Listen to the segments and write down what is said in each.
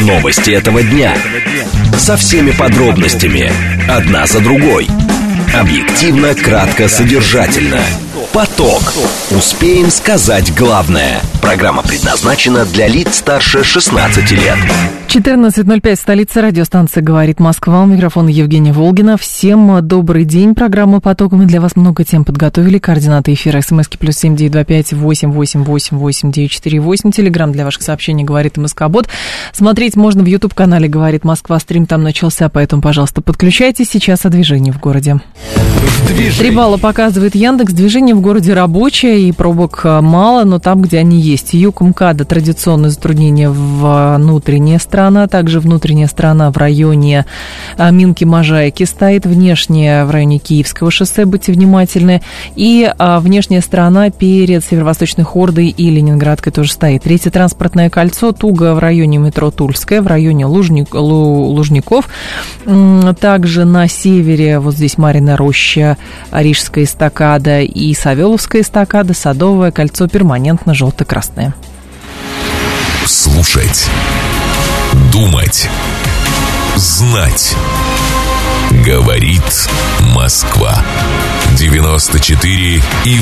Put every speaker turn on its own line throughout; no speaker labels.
Новости этого дня. Со всеми подробностями. Одна за другой. Объективно, кратко, содержательно. Поток. Успеем сказать главное. Программа предназначена для лиц старше 16 лет.
14:05, столица, радиостанция «Говорит Москва». У микрофона Евгения Волгина. Всем добрый день. Программа «Поток». Мы для вас много тем подготовили. Координаты эфира: смски +7 925 888 8948. Телеграм для ваших сообщений «Говорит МСК-бот». Смотреть можно в YouTube-канале «Говорит Москва». Стрим там начался, поэтому, пожалуйста, подключайтесь. Сейчас о движении в городе. 3 балла показывает Яндекс. Движение в городе рабочее и пробок мало, но там, где они есть. Юг МКАДа традиционные затруднения внутренняя сторона, также внутренняя сторона в районе Минки-Можайки стоит, внешняя в районе Киевского шоссе, будьте внимательны, и внешняя сторона перед Северо-Восточной Хордой и Ленинградкой тоже стоит. Третье транспортное кольцо туго в районе метро Тульская, в районе Лужников, также на севере, вот здесь Марьина Роща, Рижская эстакада и Савеловская эстакада, Садовое кольцо перманентно желто-красное.
Слушать, думать, знать. Говорит Москва. 94,8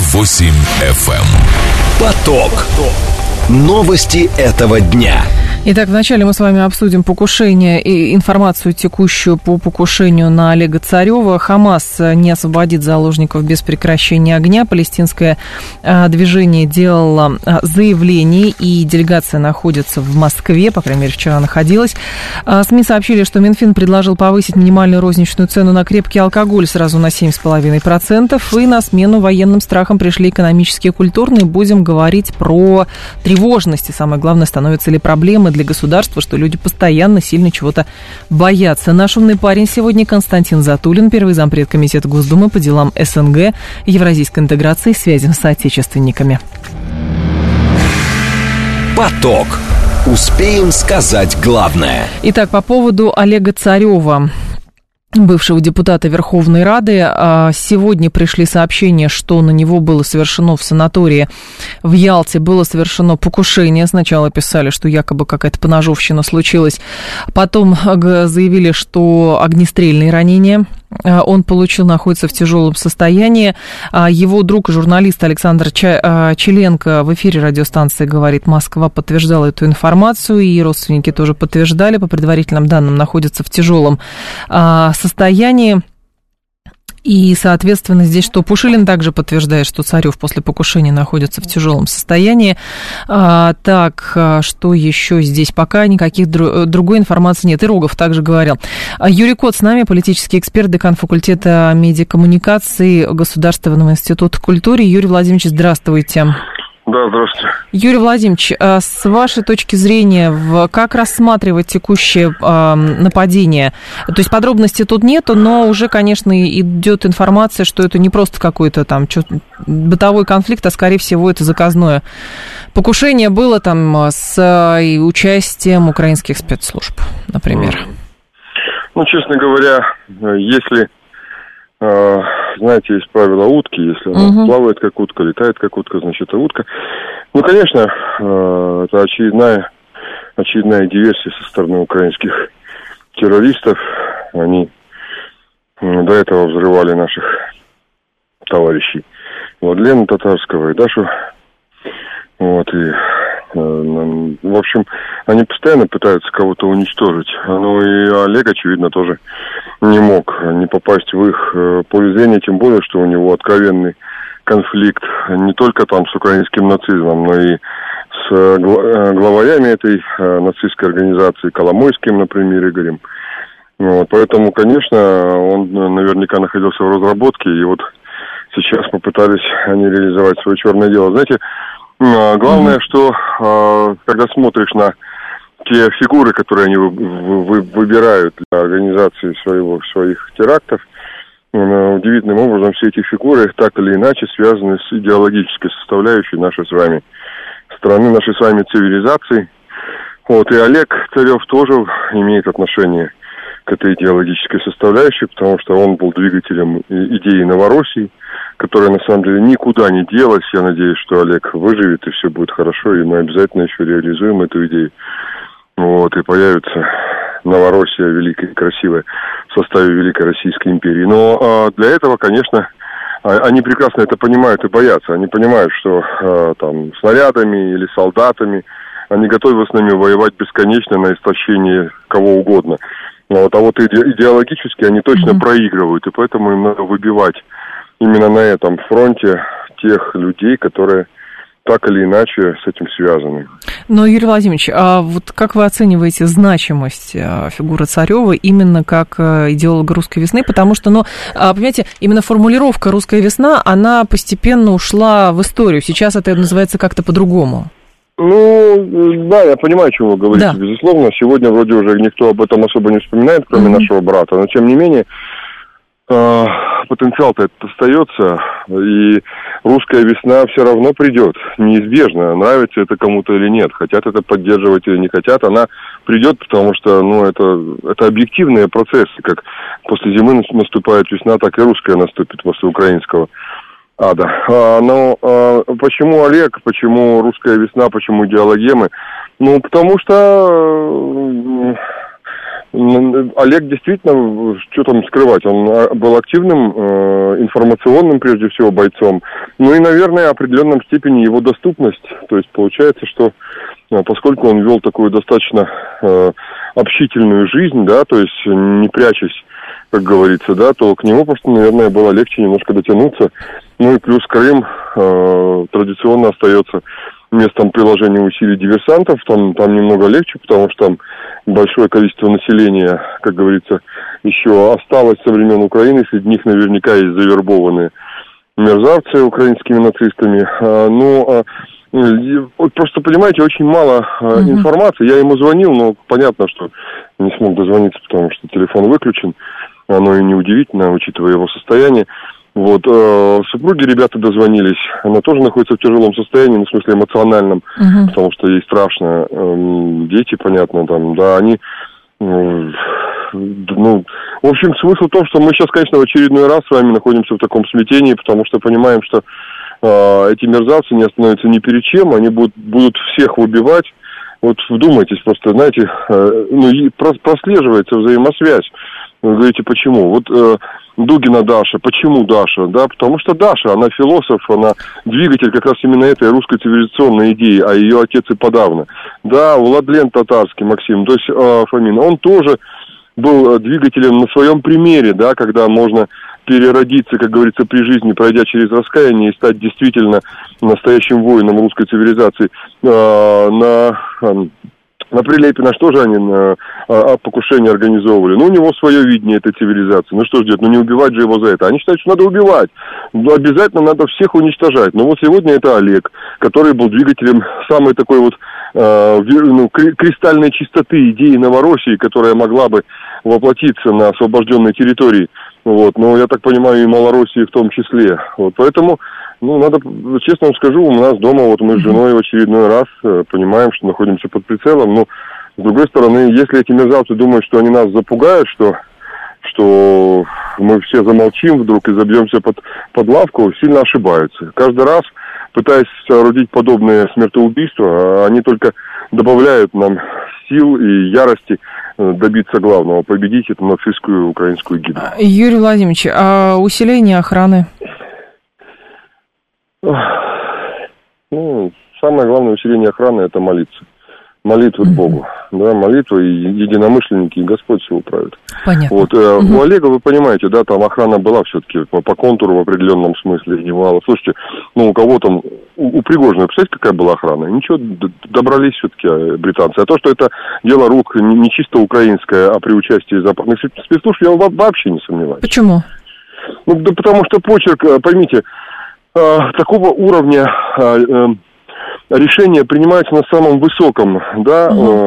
FM.
Поток. Новости этого дня.
Итак, вначале мы с вами обсудим покушение и информацию текущую по покушению на Олега Царева. Хамас не освободит заложников без прекращения огня. Палестинское движение делало заявление, и делегация находится в Москве, по крайней мере, вчера находилась. СМИ сообщили, что Минфин предложил повысить минимальную розничную цену на крепкий алкоголь сразу на 7,5%. И на смену военным страхам пришли экономические и культурные. Будем говорить про тревожность. И самое главное, становятся ли проблемы для государства, что люди постоянно сильно чего-то боятся. Наш умный парень сегодня Константин Затулин, первый зампред комитета Госдумы по делам СНГ, евразийской интеграции и связям с соотечественниками.
Поток. Успеем сказать главное.
Итак, по поводу Олега Царева, бывшего депутата Верховной Рады, сегодня пришли сообщения, что на него было совершено в санатории в Ялте, было совершено покушение. Сначала писали, что якобы какая-то поножовщина случилась. Потом заявили, что огнестрельные ранения он получил, находится в тяжелом состоянии. Его друг и журналист Александр Челенко в эфире радиостанции «Говорит Москва» подтверждал эту информацию, и родственники тоже подтверждали. По предварительным данным, находится в тяжелом состоянии. И, соответственно, здесь что? Пушилин также подтверждает, что Царев после покушения находится в тяжелом состоянии. Так, что еще здесь? Пока никаких другой информации нет. И Рогов также говорил. Юрий Кот с нами, политический эксперт, декан факультета медиакоммуникации Государственного института культуры. Юрий Владимирович, здравствуйте.
Да, здравствуйте.
Юрий Владимирович, с вашей точки зрения, как рассматривать текущее нападение? То есть подробностей тут нету, но уже, конечно, идет информация, что это не просто какой-то там бытовой конфликт, а, скорее всего, это заказное покушение было там с участием украинских спецслужб, например.
Ну, честно говоря, если... Знаете, есть правило утки. Если она плавает как утка, летает как утка, значит, это утка. Ну, конечно, это очередная диверсия со стороны украинских террористов. Они до этого взрывали наших товарищей Владлена Татарского и Дашу. Вот, и, в общем, они постоянно пытаются кого-то уничтожить. Ну, и Олег, очевидно, тоже не мог не попасть в их поле зрения, тем более, что у него откровенный конфликт не только там с украинским нацизмом, но и с главарями этой нацистской организации, Коломойским, например, Игорем. Вот, поэтому, конечно, он наверняка находился в разработке, и вот сейчас попытались они реализовать свое черное дело. Знаете, главное, что когда смотришь на те фигуры, которые они выбирают для организации своих терактов, удивительным образом все эти фигуры так или иначе связаны с идеологической составляющей нашей с вами страны, нашей с вами цивилизации. Вот, и Олег Царев тоже имеет отношение к этой идеологической составляющей, потому что он был двигателем идеи Новороссии, которая на самом деле никуда не делась. Я надеюсь, что Олег выживет и все будет хорошо, и мы обязательно еще реализуем эту идею. Вот. вот и появится Новороссия великая и красивая в составе Великой Российской империи. Но для этого, конечно, они прекрасно это понимают и боятся. Они понимают, что там снарядами или солдатами они готовы с нами воевать бесконечно на истощение кого угодно. А вот идеологически они точно проигрывают, и поэтому им надо выбивать именно на этом фронте тех людей, которые так или иначе с этим связаны.
Но, Юрий Владимирович, а вот как вы оцениваете значимость фигуры Царёва именно как идеолога русской весны? Потому что, понимаете, именно формулировка «русская весна», она постепенно ушла в историю. Сейчас это называется как-то по-другому.
Да, я понимаю, чего вы говорите, да. Безусловно. Сегодня вроде уже никто об этом особо не вспоминает, кроме нашего брата. Но, тем не менее, потенциал-то этот остается, и русская весна все равно придет, неизбежно, нравится это кому-то или нет, хотят это поддерживать или не хотят, она придет, потому что, это объективные процессы, как после зимы наступает весна, так и русская наступит после украинского ада. Но почему Олег, почему русская весна, почему идеологемы? Потому что Олег действительно, что там скрывать, он был активным, информационным, прежде всего, бойцом. И, наверное, в определенном степени его доступность. То есть получается, что поскольку он вел такую достаточно общительную жизнь, да, то есть не прячась, как говорится, да, то к нему просто, наверное, было легче немножко дотянуться. И плюс Крым традиционно остается местом приложения усилий диверсантов, там немного легче, потому что там большое количество населения, как говорится, еще осталось со времен Украины, среди них наверняка есть завербованные мерзавцы украинскими нацистами. Просто, понимаете, очень мало информации. Я ему звонил, но понятно, что не смог дозвониться, потому что телефон выключен. Оно и неудивительно, учитывая его состояние. Супруги ребята дозвонились, она тоже находится в тяжелом состоянии, в смысле эмоциональном, потому что ей страшно, дети, понятно, там, да, они, в общем, смысл в том, что мы сейчас, конечно, в очередной раз с вами находимся в таком смятении, потому что понимаем, что эти мерзавцы не остановятся ни перед чем, они будут всех выбивать. Вдумайтесь просто, знаете, прослеживается взаимосвязь. Вы говорите, почему? Дугина Даша. Почему Даша? Да, потому что Даша, она философ, она двигатель как раз именно этой русской цивилизационной идеи, а ее отец и подавно. Да, Владлен Татарский, Максим, то есть Фомин, он тоже был двигателем на своем примере, да, когда можно переродиться, как говорится, при жизни, пройдя через раскаяние и стать действительно настоящим воином русской цивилизации. На Прилепина что же они покушение организовывали? У него свое видение этой цивилизации. Что ж делать? Не убивать же его за это. Они считают, что надо убивать. Обязательно надо всех уничтожать. Но сегодня это Олег, который был двигателем самой такой кристальной чистоты идеи Новороссии, которая могла бы воплотиться на освобожденной территории. Но я так понимаю, и Малороссии в том числе. Поэтому, надо, честно вам скажу, у нас дома, мы с женой в очередной раз понимаем, что находимся под прицелом. Но, с другой стороны, если эти мерзавцы думают, что они нас запугают, что мы все замолчим вдруг и забьемся под лавку, сильно ошибаются. Каждый раз, пытаясь соорудить подобные смертоубийства, они только добавляют нам сил и ярости добиться главного, победить эту нацистскую украинскую гидру.
Юрий Владимирович, а усиление охраны?
Самое главное усиление охраны – это молиться. Молитвы к Богу. Да, молитвы, и единомышленники, и Господь все управит.
Понятно.
У Олега, вы понимаете, да, там охрана была все-таки по контуру в определенном смысле, немало. Слушайте, у кого там, у Пригожина, представляете, какая была охрана? Ничего, добрались все-таки британцы. А то, что это дело рук не чисто украинское, а при участии западных спецслужб, я вообще не сомневаюсь.
Почему?
Да потому что почерк, поймите, такого уровня решения принимаются на самом высоком, да,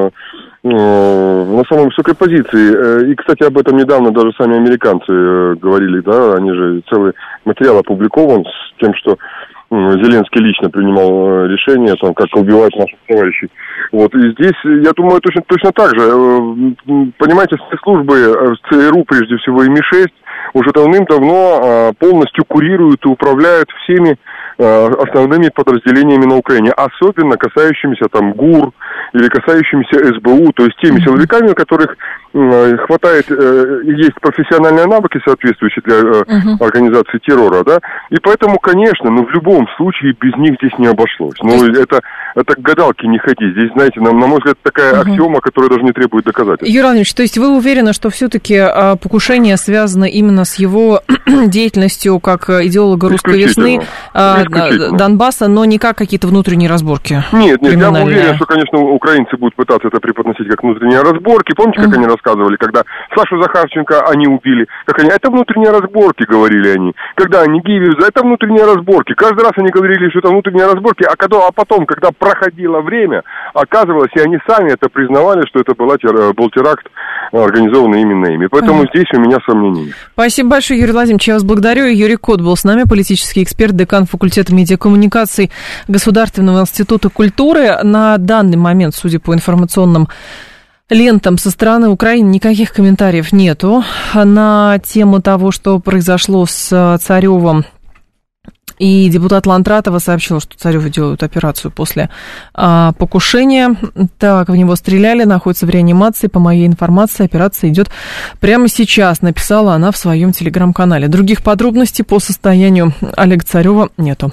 на самой высокой позиции. И, кстати, об этом недавно даже сами американцы говорили, да, они же целый материал опубликован с тем, что Зеленский лично принимал решение о том, как убивать наших товарищей. И здесь, я думаю, точно так же. Понимаете, спецслужбы, ЦРУ, прежде всего, и МИ-6, уже давным-давно полностью курируют и управляют всеми основными подразделениями на Украине, особенно касающимися там ГУР или касающимися СБУ, то есть теми силовиками, у которых хватает, есть профессиональные навыки соответствующие для организации террора, да, и поэтому, конечно, в любом случае без них здесь не обошлось. Это к гадалке не ходи. Здесь, знаете, на мой взгляд, такая аксиома, которая даже не требует доказательств.
Юрий Иванович, то есть вы уверены, что все-таки покушение связано именно с его деятельностью как идеолога русской весны, Донбасса, но не как какие-то внутренние разборки?
Нет, я уверен, что, конечно, украинцы будут пытаться это преподносить как внутренние разборки. Помните, как они рассказывали, когда Сашу Захарченко они убили? Это внутренние разборки, говорили они. Когда они Гивиуза, это внутренние разборки. Каждый раз они говорили, что это внутренние разборки, а потом, когда проходило время, оказывалось, и они сами это признавали, что это был теракт, организованный именно ими. Поэтому здесь у меня сомнений нет.
Спасибо большое, Юрий Владимирович. Я вас благодарю. Юрий Кот был с нами, политический эксперт, декан факультета медиакоммуникаций Государственного института культуры. На данный момент, судя по информационным лентам со стороны Украины, никаких комментариев нету на тему того, что произошло с Царевым. И депутат Лантратова сообщила, что Царёву делают операцию после покушения. Так, в него стреляли, находится в реанимации. По моей информации, операция идет прямо сейчас, написала она в своем телеграм-канале. Других подробностей по состоянию Олега Царёва нету.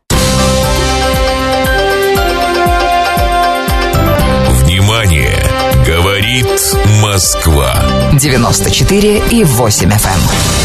Внимание! Говорит Москва.
94,8 FM.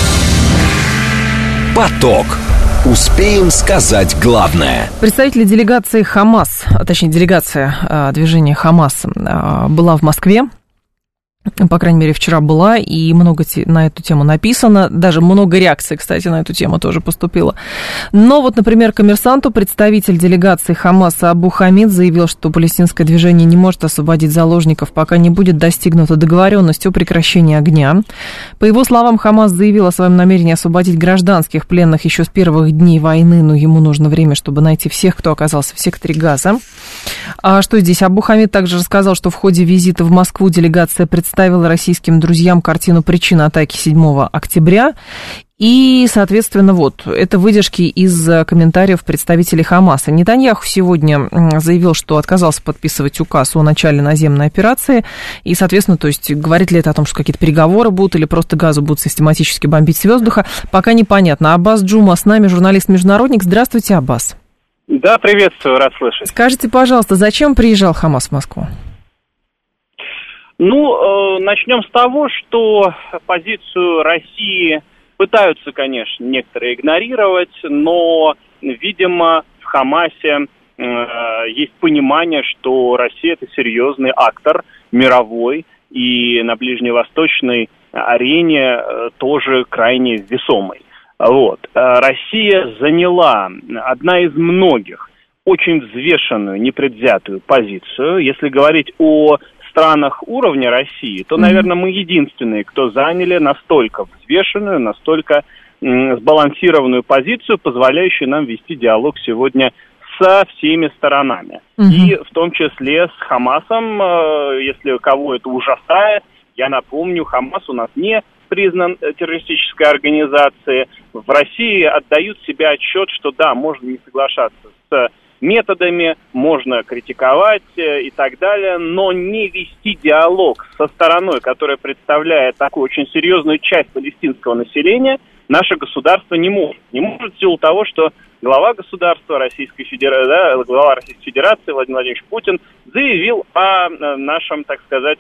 Поток. Успеем сказать главное.
Представители делегации ХАМАС, точнее, делегация движения ХАМАС была в Москве. По крайней мере, вчера была, и много на эту тему написано. Даже много реакций, кстати, на эту тему тоже поступило. Но вот, например, «Коммерсанту» представитель делегации ХАМАСа Абу Хамид заявил, что палестинское движение не может освободить заложников, пока не будет достигнута договоренность о прекращении огня. По его словам, ХАМАС заявил о своем намерении освободить гражданских пленных еще с первых дней войны, но ему нужно время, чтобы найти всех, кто оказался в секторе Газа. А что здесь? Абу Хамид также рассказал, что в ходе визита в Москву делегация представила российским друзьям картину причин атаки 7 октября. И, соответственно, вот, это выдержки из комментариев представителей ХАМАСа. Нетаньяху сегодня заявил, что отказался подписывать указ о начале наземной операции. И, соответственно, то есть, говорит ли это о том, что какие-то переговоры будут или просто Газу будут систематически бомбить с воздуха, пока непонятно. Аббас Джума с нами, журналист-международник. Здравствуйте, Аббас.
Да, приветствую, рад слышать.
Скажите, пожалуйста, зачем приезжал ХАМАС в Москву?
Начнем с того, что позицию России пытаются, конечно, некоторые игнорировать, но, видимо, в ХАМАСе есть понимание, что Россия – это серьезный актор мировой, и на ближневосточной арене тоже крайне весомый. Россия заняла одна из многих очень взвешенную, непредвзятую позицию. Если говорить о странах уровня России, то, наверное, мы единственные, кто заняли настолько взвешенную, настолько сбалансированную позицию, позволяющую нам вести диалог сегодня со всеми сторонами. И в том числе с ХАМАСом, если кого это ужасает, я напомню, ХАМАС у нас не признан террористической организацией. В России отдают себе отчет, что да, можно не соглашаться с методами, можно критиковать и так далее, но не вести диалог со стороной, которая представляет такую очень серьезную часть палестинского населения, наше государство не может. Не может в силу того, что глава государства Российской Федерации, глава Российской Федерации Владимир Владимирович Путин заявил о нашем, так сказать,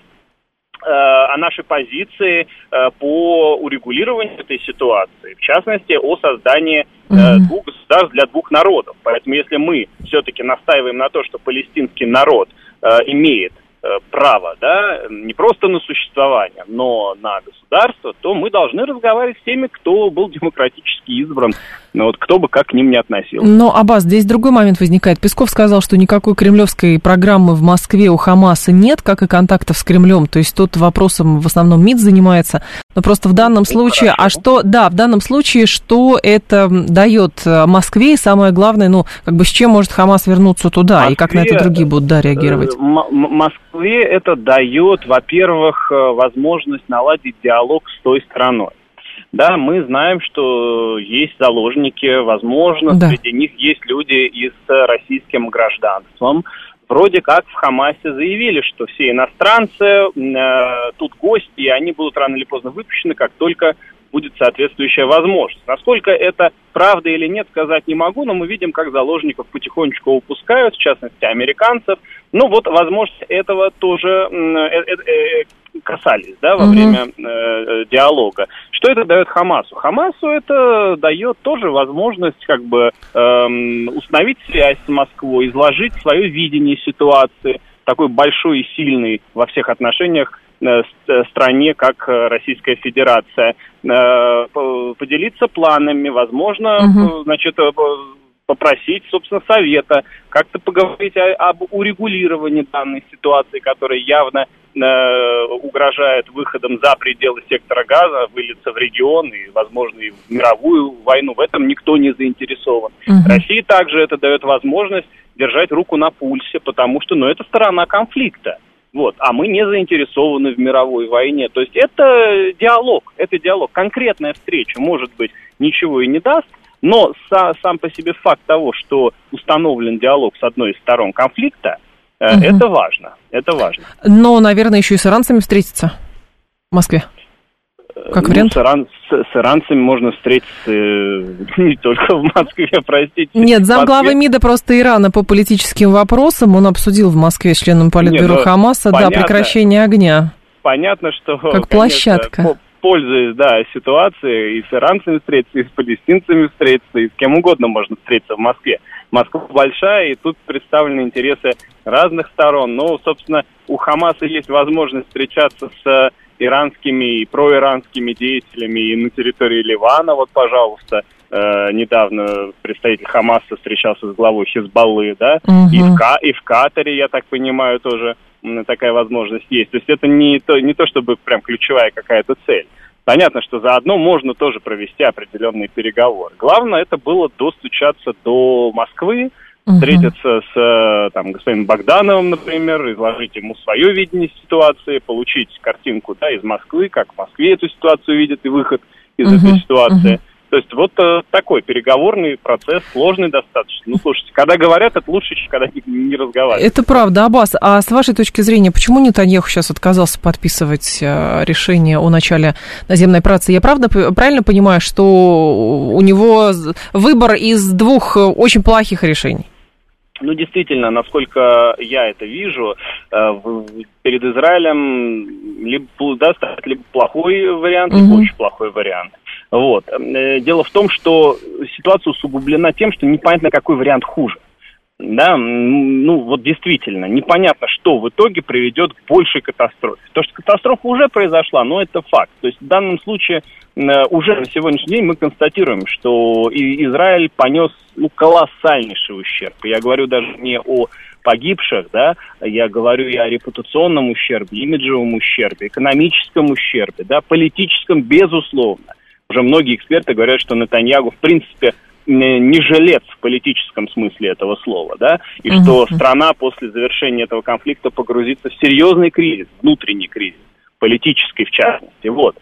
о нашей позиции по урегулированию этой ситуации, в частности, о создании двух государств для двух народов. Поэтому если мы все-таки настаиваем на то, что палестинский народ имеет право, да, не просто на существование, но на государство, то мы должны разговаривать с теми, кто был демократически избран, кто бы как к ним ни относился.
Но, Аббас, здесь другой момент возникает. Песков сказал, что никакой кремлевской программы в Москве у ХАМАСа нет, как и контактов с Кремлем, то есть тут вопросом в основном МИД занимается, но просто в данном случае, в данном случае, что это дает Москве, и самое главное, с чем может ХАМАС вернуться туда, и как на это другие будут, реагировать?
Москве это дает, во-первых, возможность наладить диалог с той страной. Да, мы знаем, что есть заложники, возможно, среди них есть люди и с российским гражданством. Вроде как в Хамасе заявили, что все иностранцы тут гости, и они будут рано или поздно выпущены, как только будет соответствующая возможность. Насколько это правда или нет, сказать не могу, но мы видим, как заложников потихонечку выпускают, в частности, американцев. Ну вот, возможно, этого тоже касались, да, во время диалога. Что это дает Хамасу? Хамасу это дает тоже возможность как бы установить связь с Москвой, изложить свое видение ситуации, такой большой и сильный во всех отношениях стране, как Российская Федерация, поделиться планами, возможно, значит, попросить, собственно, совета, как-то поговорить об урегулировании данной ситуации, которая явно угрожает выходом за пределы сектора Газа, выльется в регион и, возможно, и в мировую войну. В этом никто не заинтересован. России также это дает возможность держать руку на пульсе, потому что, это сторона конфликта. Вот, а мы не заинтересованы в мировой войне. То есть это диалог. Конкретная встреча, может быть, ничего и не даст, но сам по себе факт того, что установлен диалог с одной из сторон конфликта, это важно.
Но, наверное, еще и с иранцами встретиться в Москве. Как вариант?
С иранцами можно встретиться не только в Москве, простите.
Нет, замглавы МИДа просто Ирана по политическим вопросам. Он обсудил в Москве с членом Политбюро Хамаса прекращение огня.
Понятно, что...
Как площадка.
Пользуясь, ситуацией, и с иранцами встретиться, и с палестинцами встретиться, и с кем угодно можно встретиться в Москве. Москва большая, и тут представлены интересы разных сторон. Но, собственно, у Хамаса есть возможность встречаться с иранскими и проиранскими деятелями и на территории Ливана. Вот, пожалуйста, недавно представитель Хамаса встречался с главой Хизбаллы, и в Катаре, я так понимаю, тоже такая возможность есть. То есть это не то чтобы прям ключевая какая-то цель. Понятно, что заодно можно тоже провести определенные переговоры. Главное, это было достучаться до Москвы, встретиться с господином Богдановым, например, изложить ему свое видение ситуации, получить картинку из Москвы, как в Москве эту ситуацию видят и выход из этой ситуации. То есть вот такой переговорный процесс, сложный достаточно. Слушайте, когда говорят, это лучше, чем когда не разговаривают.
Это правда, Аббас. А с вашей точки зрения, почему Нетаньяху сейчас отказался подписывать решение о начале наземной операции? Я правильно понимаю, что у него выбор из двух очень плохих решений?
Действительно, насколько я это вижу, перед Израилем либо стоит либо плохой вариант, либо очень плохой вариант. Вот. Дело в том, что ситуация усугублена тем, что непонятно, какой вариант хуже. Да, действительно, непонятно, что в итоге приведет к большей катастрофе. То, что катастрофа уже произошла, это факт. То есть в данном случае уже на сегодняшний день мы констатируем, что Израиль понес колоссальнейший ущерб. Я говорю даже не о погибших, я говорю и о репутационном ущербе, имиджевом ущербе, экономическом ущербе, политическом, безусловно. Уже многие эксперты говорят, что Нетаньяху, в принципе, не жилец в политическом смысле этого слова, и что страна после завершения этого конфликта погрузится в серьезный кризис, внутренний кризис, политический в частности, вот.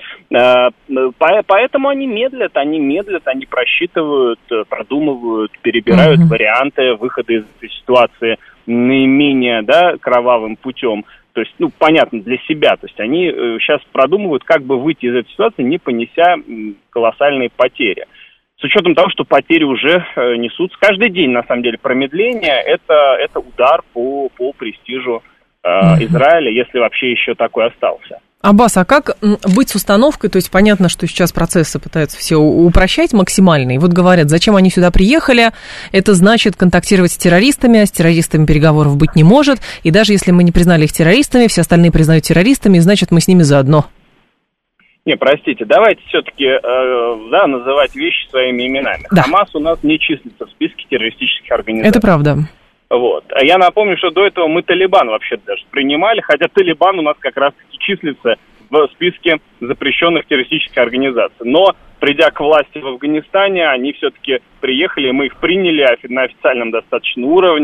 Поэтому они медлят, они просчитывают, продумывают, перебирают варианты выхода из этой ситуации наименее, кровавым путем. То есть, понятно, для себя. То есть они сейчас продумывают, как бы выйти из этой ситуации, не понеся колоссальные потери. С учетом того, что потери уже несутся каждый день, на самом деле, промедление это удар по престижу Израиля, если вообще еще такой остался.
Аббас, а как быть с установкой? То есть понятно, что сейчас процессы пытаются все упрощать максимально. И вот говорят, зачем они сюда приехали? Это значит контактировать с террористами, а с террористами переговоров быть не может. И даже если мы не признали их террористами, все остальные признают террористами, значит, мы с ними заодно.
Не, простите, давайте все-таки называть вещи своими именами.
Да.
Хамас у нас не числится в списке террористических организаций.
Это правда.
Вот. А я напомню, что до этого мы Талибан вообще даже принимали, хотя Талибан у нас как раз-таки числится в списке запрещенных террористических организаций. Но, придя к власти в Афганистане, они все-таки приехали, мы их приняли на официальном достаточно уровне,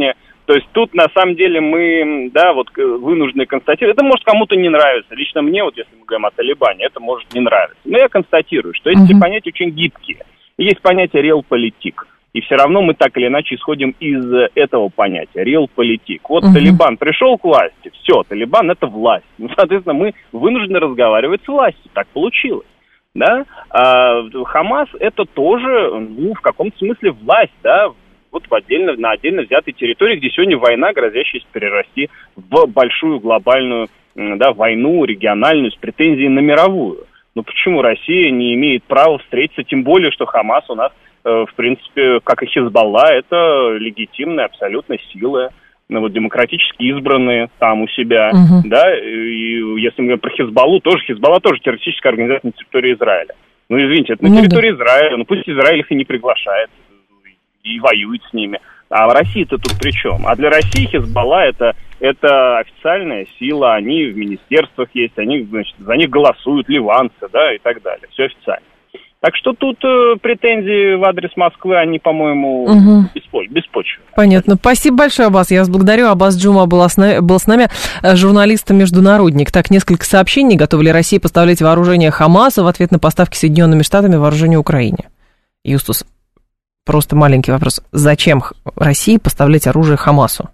То есть тут, на самом деле, мы, вынуждены констатировать. Это может кому-то не нравиться. Лично мне, если мы говорим о Талибане, это может не нравиться. Но я констатирую, что эти понятия очень гибкие. Есть понятие реалполитик. И все равно мы так или иначе исходим из этого понятия, реалполитик. Вот Талибан пришел к власти, все, Талибан — это власть. Соответственно, мы вынуждены разговаривать с властью. Так получилось. Да? Хамас — это тоже, в каком-то смысле власть, да, вот на отдельно взятой территории, где сегодня война, грозящаяся перерасти в большую глобальную, войну региональную с претензией на мировую. Но почему Россия не имеет права встретиться, тем более, что Хамас у нас, в принципе, как и Хизбалла, это легитимная абсолютно сила, демократически избранные там у себя, да, и если мы говорим про Хизбаллу, Хизбалла тоже террористическая организация на территории Израиля. Извините, это на территории Израиля, пусть Израиль их и не приглашает, и воюет с ними. А Россия-то тут при чем? А для России Хизбалла это официальная сила, они в министерствах есть, они, за них голосуют ливанцы, да, и так далее. Все официально. Так что тут претензии в адрес Москвы, они, по-моему, беспочвенны.
Понятно. Спасибо большое, Аббас. Я вас благодарю. Аббас Джума был с нами, журналист-международник. Так, несколько сообщений. Готова ли Россия поставлять вооружение Хамаса в ответ на поставки Соединенными Штатами вооружения Украине? Юстус, просто маленький вопрос. Зачем России поставлять оружие Хамасу?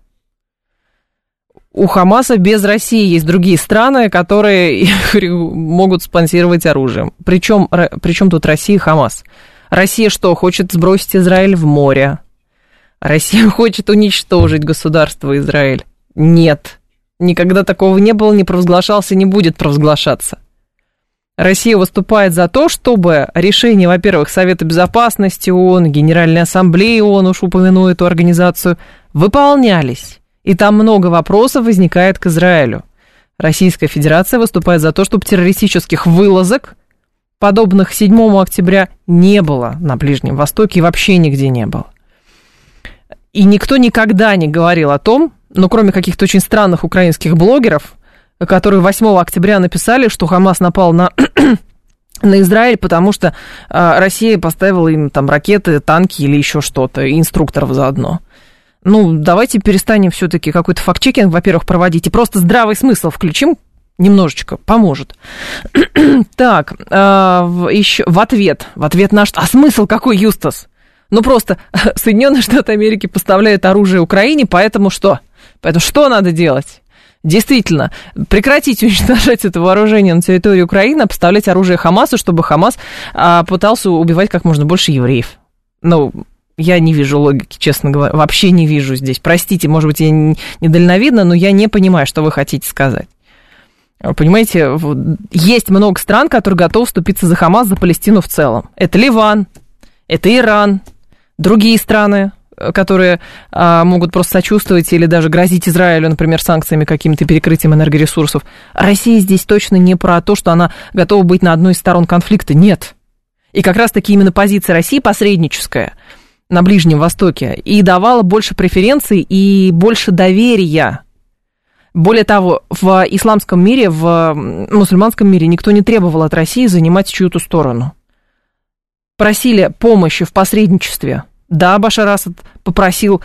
У Хамаса без России есть другие страны, которые могут спонсировать оружием. Причем тут Россия и Хамас? Россия что, хочет сбросить Израиль в море? Россия хочет уничтожить государство Израиль? Нет. Никогда такого не было, не провозглашался, не будет провозглашаться. Россия выступает за то, чтобы решения, во-первых, Совета Безопасности ООН, Генеральной Ассамблеи ООН, уж упомяну эту организацию, выполнялись. И там много вопросов возникает к Израилю. Российская Федерация выступает за то, чтобы террористических вылазок, подобных 7 октября, не было на Ближнем Востоке и вообще нигде не было. И никто никогда не говорил о том, кроме каких-то очень странных украинских блогеров, которые 8 октября написали, что Хамас напал на Израиль, потому что Россия поставила им там ракеты, танки или еще что-то, и инструкторов заодно. Давайте перестанем все-таки какой-то факт-чекинг, во-первых, проводить, и просто здравый смысл включим, немножечко поможет. Так, еще в ответ на что? А смысл какой, Юстас? Просто Соединенные Штаты Америки поставляют оружие Украине, поэтому что? Поэтому что надо делать? Действительно, прекратить уничтожать это вооружение на территории Украины, а поставлять оружие Хамасу, чтобы Хамас пытался убивать как можно больше евреев. Я не вижу логики, честно говоря, вообще не вижу здесь. Простите, может быть, я недальновидна, но я не понимаю, что вы хотите сказать. Понимаете, есть много стран, которые готовы вступиться за Хамас, за Палестину в целом. Это Ливан, это Иран, другие страны, которые могут просто сочувствовать или даже грозить Израилю, например, санкциями каким-то, перекрытием энергоресурсов. Россия здесь точно не про то, что она готова быть на одной из сторон конфликта. Нет. И как раз-таки именно позиция России посредническая на Ближнем Востоке и давала больше преференций и больше доверия. Более того, в исламском мире, в мусульманском мире никто не требовал от России занимать чью-то сторону. Просили помощи в посредничестве. Да, Башар Асад попросил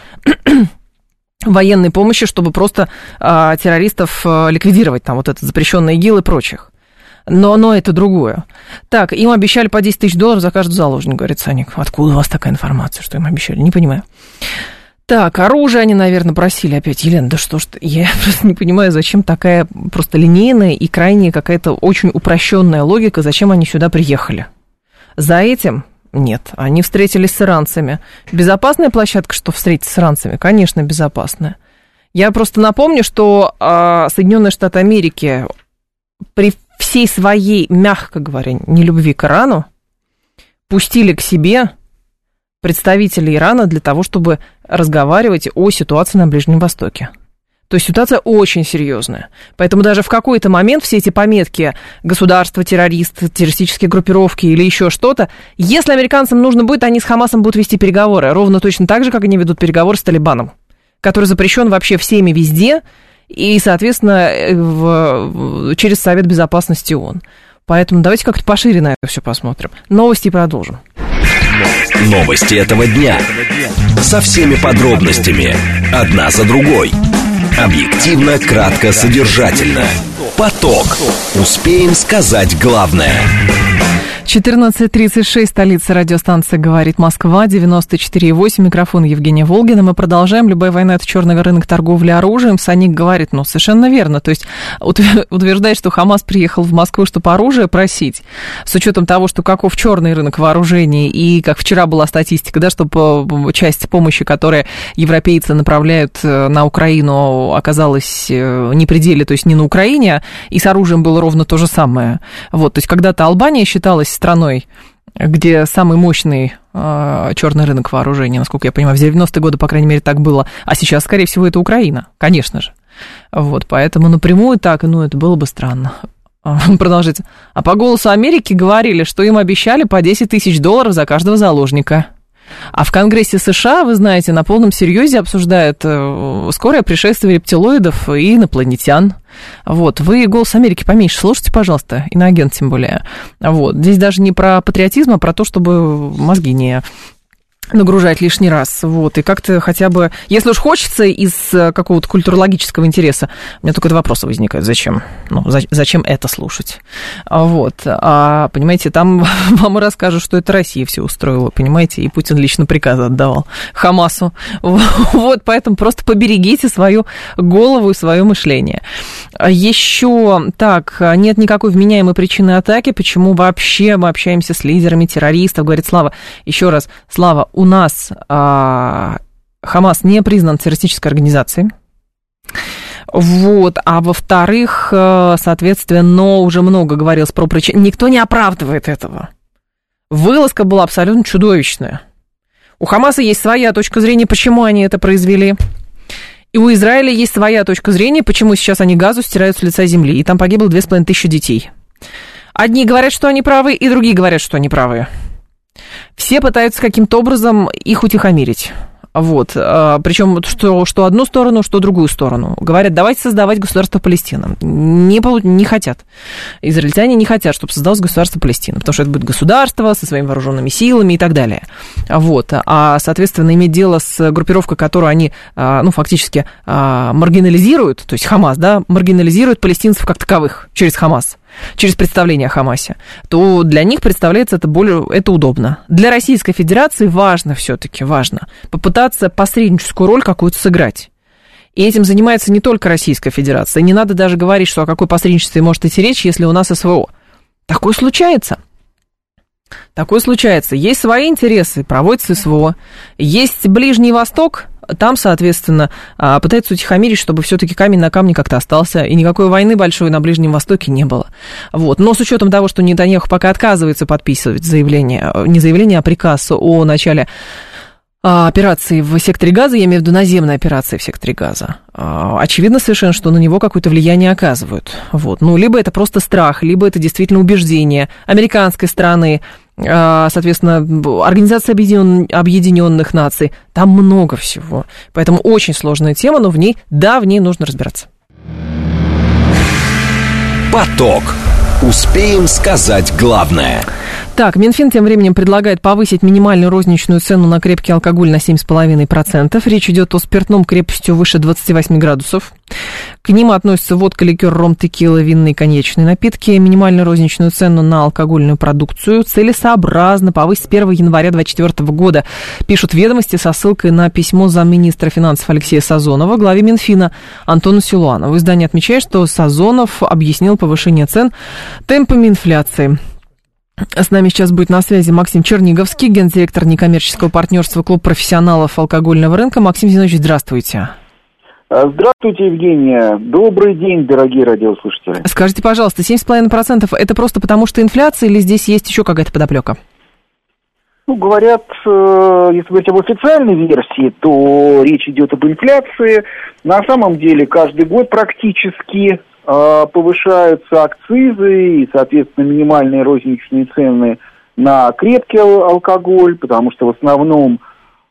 военной помощи, чтобы просто террористов ликвидировать, там вот этот запрещенный ИГИЛ и прочих. Но это другое. Так, им обещали по $10 тысяч за каждого заложника, говорит Саник. Откуда у вас такая информация, что им обещали? Не понимаю. Так, оружие они, наверное, просили опять. Елена, да что ж ты? Я просто не понимаю, зачем такая просто линейная и крайне какая-то очень упрощенная логика, зачем они сюда приехали. За этим? Нет, они встретились с иранцами. Безопасная площадка, что встретиться с иранцами? Конечно, безопасная. Я просто напомню, что Соединенные Штаты Америки при всей своей, мягко говоря, нелюбви к Ирану, пустили к себе представителей Ирана для того, чтобы разговаривать о ситуации на Ближнем Востоке. То есть ситуация очень серьезная. Поэтому даже в какой-то момент все эти пометки государства, террористические группировки или еще что-то, если американцам нужно будет, они с Хамасом будут вести переговоры. Ровно точно так же, как они ведут переговоры с Талибаном, который запрещен вообще всеми везде, и, соответственно, через Совет Безопасности ООН. Поэтому давайте как-то пошире на это все посмотрим. Новости и продолжим.
Новости этого дня. Со всеми подробностями. Одна за другой. Объективно, кратко, содержательно. Поток. Успеем сказать главное.
14:36, столица, радиостанция «Говорит Москва», 94,8, микрофон Евгения Волгина. Мы продолжаем. Любая война – это черный рынок торговли оружием. Саник говорит, совершенно верно. То есть утверждает, что Хамас приехал в Москву, чтобы оружие просить, с учетом того, что каков черный рынок вооружений, и как вчера была статистика, да, что часть помощи, которую европейцы направляют на Украину, оказалась не при деле, то есть не на Украине, и с оружием было ровно то же самое. Вот, то есть когда-то Албания считалась страной, где самый мощный черный рынок вооружений, насколько я понимаю, в 90-е годы, по крайней мере, так было, а сейчас, скорее всего, это Украина, конечно же. Вот, поэтому напрямую так, это было бы странно. Продолжите. А по «Голосу Америки» говорили, что им обещали по $10 тысяч за каждого заложника. А в Конгрессе США, вы знаете, на полном серьезе обсуждают скорое пришествие рептилоидов и инопланетян. Вот, вы «Голос Америки» поменьше слушайте, пожалуйста, иноагент тем более. Вот, здесь даже не про патриотизм, а про то, чтобы мозги не нагружать лишний раз, вот, и как-то хотя бы, если уж хочется из какого-то культурологического интереса, у меня только два вопроса возникают, зачем? Зачем это слушать? Вот, понимаете, там вам и расскажут, что это Россия все устроила, понимаете, и Путин лично приказы отдавал Хамасу, вот, поэтому просто поберегите свою голову и свое мышление. Еще, так, нет никакой вменяемой причины атаки, почему вообще мы общаемся с лидерами террористов, говорит Слава. Еще раз, Слава, у нас Хамас не признан террористической организацией. Вот, а во-вторых, соответственно, уже много говорилось про причины. Никто не оправдывает этого. Вылазка была абсолютно чудовищная. У Хамаса есть своя точка зрения, почему они это произвели. И у Израиля есть своя точка зрения, почему сейчас они Газу стирают с лица земли. И там погибло 2500 детей. Одни говорят, что они правы, и другие говорят, что они правы. Все пытаются каким-то образом их утихомирить. Вот. Причем что одну сторону, что другую сторону. Говорят, давайте создавать государство Палестина. Не хотят. Израильтяне не хотят, чтобы создалось государство Палестина, потому что это будет государство со своими вооруженными силами и так далее. Вот. А, соответственно, иметь дело с группировкой, которую они, фактически маргинализируют, то есть Хамас, да, маргинализирует палестинцев как таковых через Хамас, через представление о Хамасе, то для них представляется это удобно. Для Российской Федерации важно попытаться посредническую роль какую-то сыграть. И этим занимается не только Российская Федерация. Не надо даже говорить, что о какой посредничестве может идти речь, если у нас СВО. Такое случается. Есть свои интересы, проводится СВО. Есть Ближний Восток, там, соответственно, пытаются утихомирить, чтобы все-таки камень на камне как-то остался, и никакой войны большой на Ближнем Востоке не было. Вот. Но с учетом того, что Нетаньяху пока отказывается подписывать приказ о начале операции в секторе Газа, я имею в виду наземной операции в секторе Газа, очевидно совершенно, что на него какое-то влияние оказывают. Вот. Либо это просто страх, либо это действительно убеждение американской стороны, соответственно, Организация Объединенных Наций. Там много всего. Поэтому очень сложная тема, но в ней нужно разбираться.
Поток. Успеем сказать главное.
Так, Минфин тем временем предлагает повысить минимальную розничную цену на крепкий алкоголь на 7,5%. Речь идет о спиртном крепостью выше 28 градусов. К ним относятся водка, ликер, ром, текила, винные и коньячные напитки. Минимальную розничную цену на алкогольную продукцию целесообразно повысить с 1 января 2024 года, пишут «Ведомости» со ссылкой на письмо замминистра финансов Алексея Сазонова главе Минфина Антону Силуанову. Издание отмечает, что Сазонов объяснил повышение цен темпами инфляции. С нами сейчас будет на связи Максим Черниговский, гендиректор некоммерческого партнерства «Клуб профессионалов алкогольного рынка». Максим Зинович, здравствуйте.
Здравствуйте, Евгения. Добрый день, дорогие радиослушатели.
Скажите, пожалуйста, 7,5% это просто потому, что инфляция, или здесь есть еще какая-то подоплека?
Говорят, если говорить об официальной версии, то речь идет об инфляции. На самом деле каждый год практически повышаются акцизы и, соответственно, минимальные розничные цены на крепкий алкоголь, потому что в основном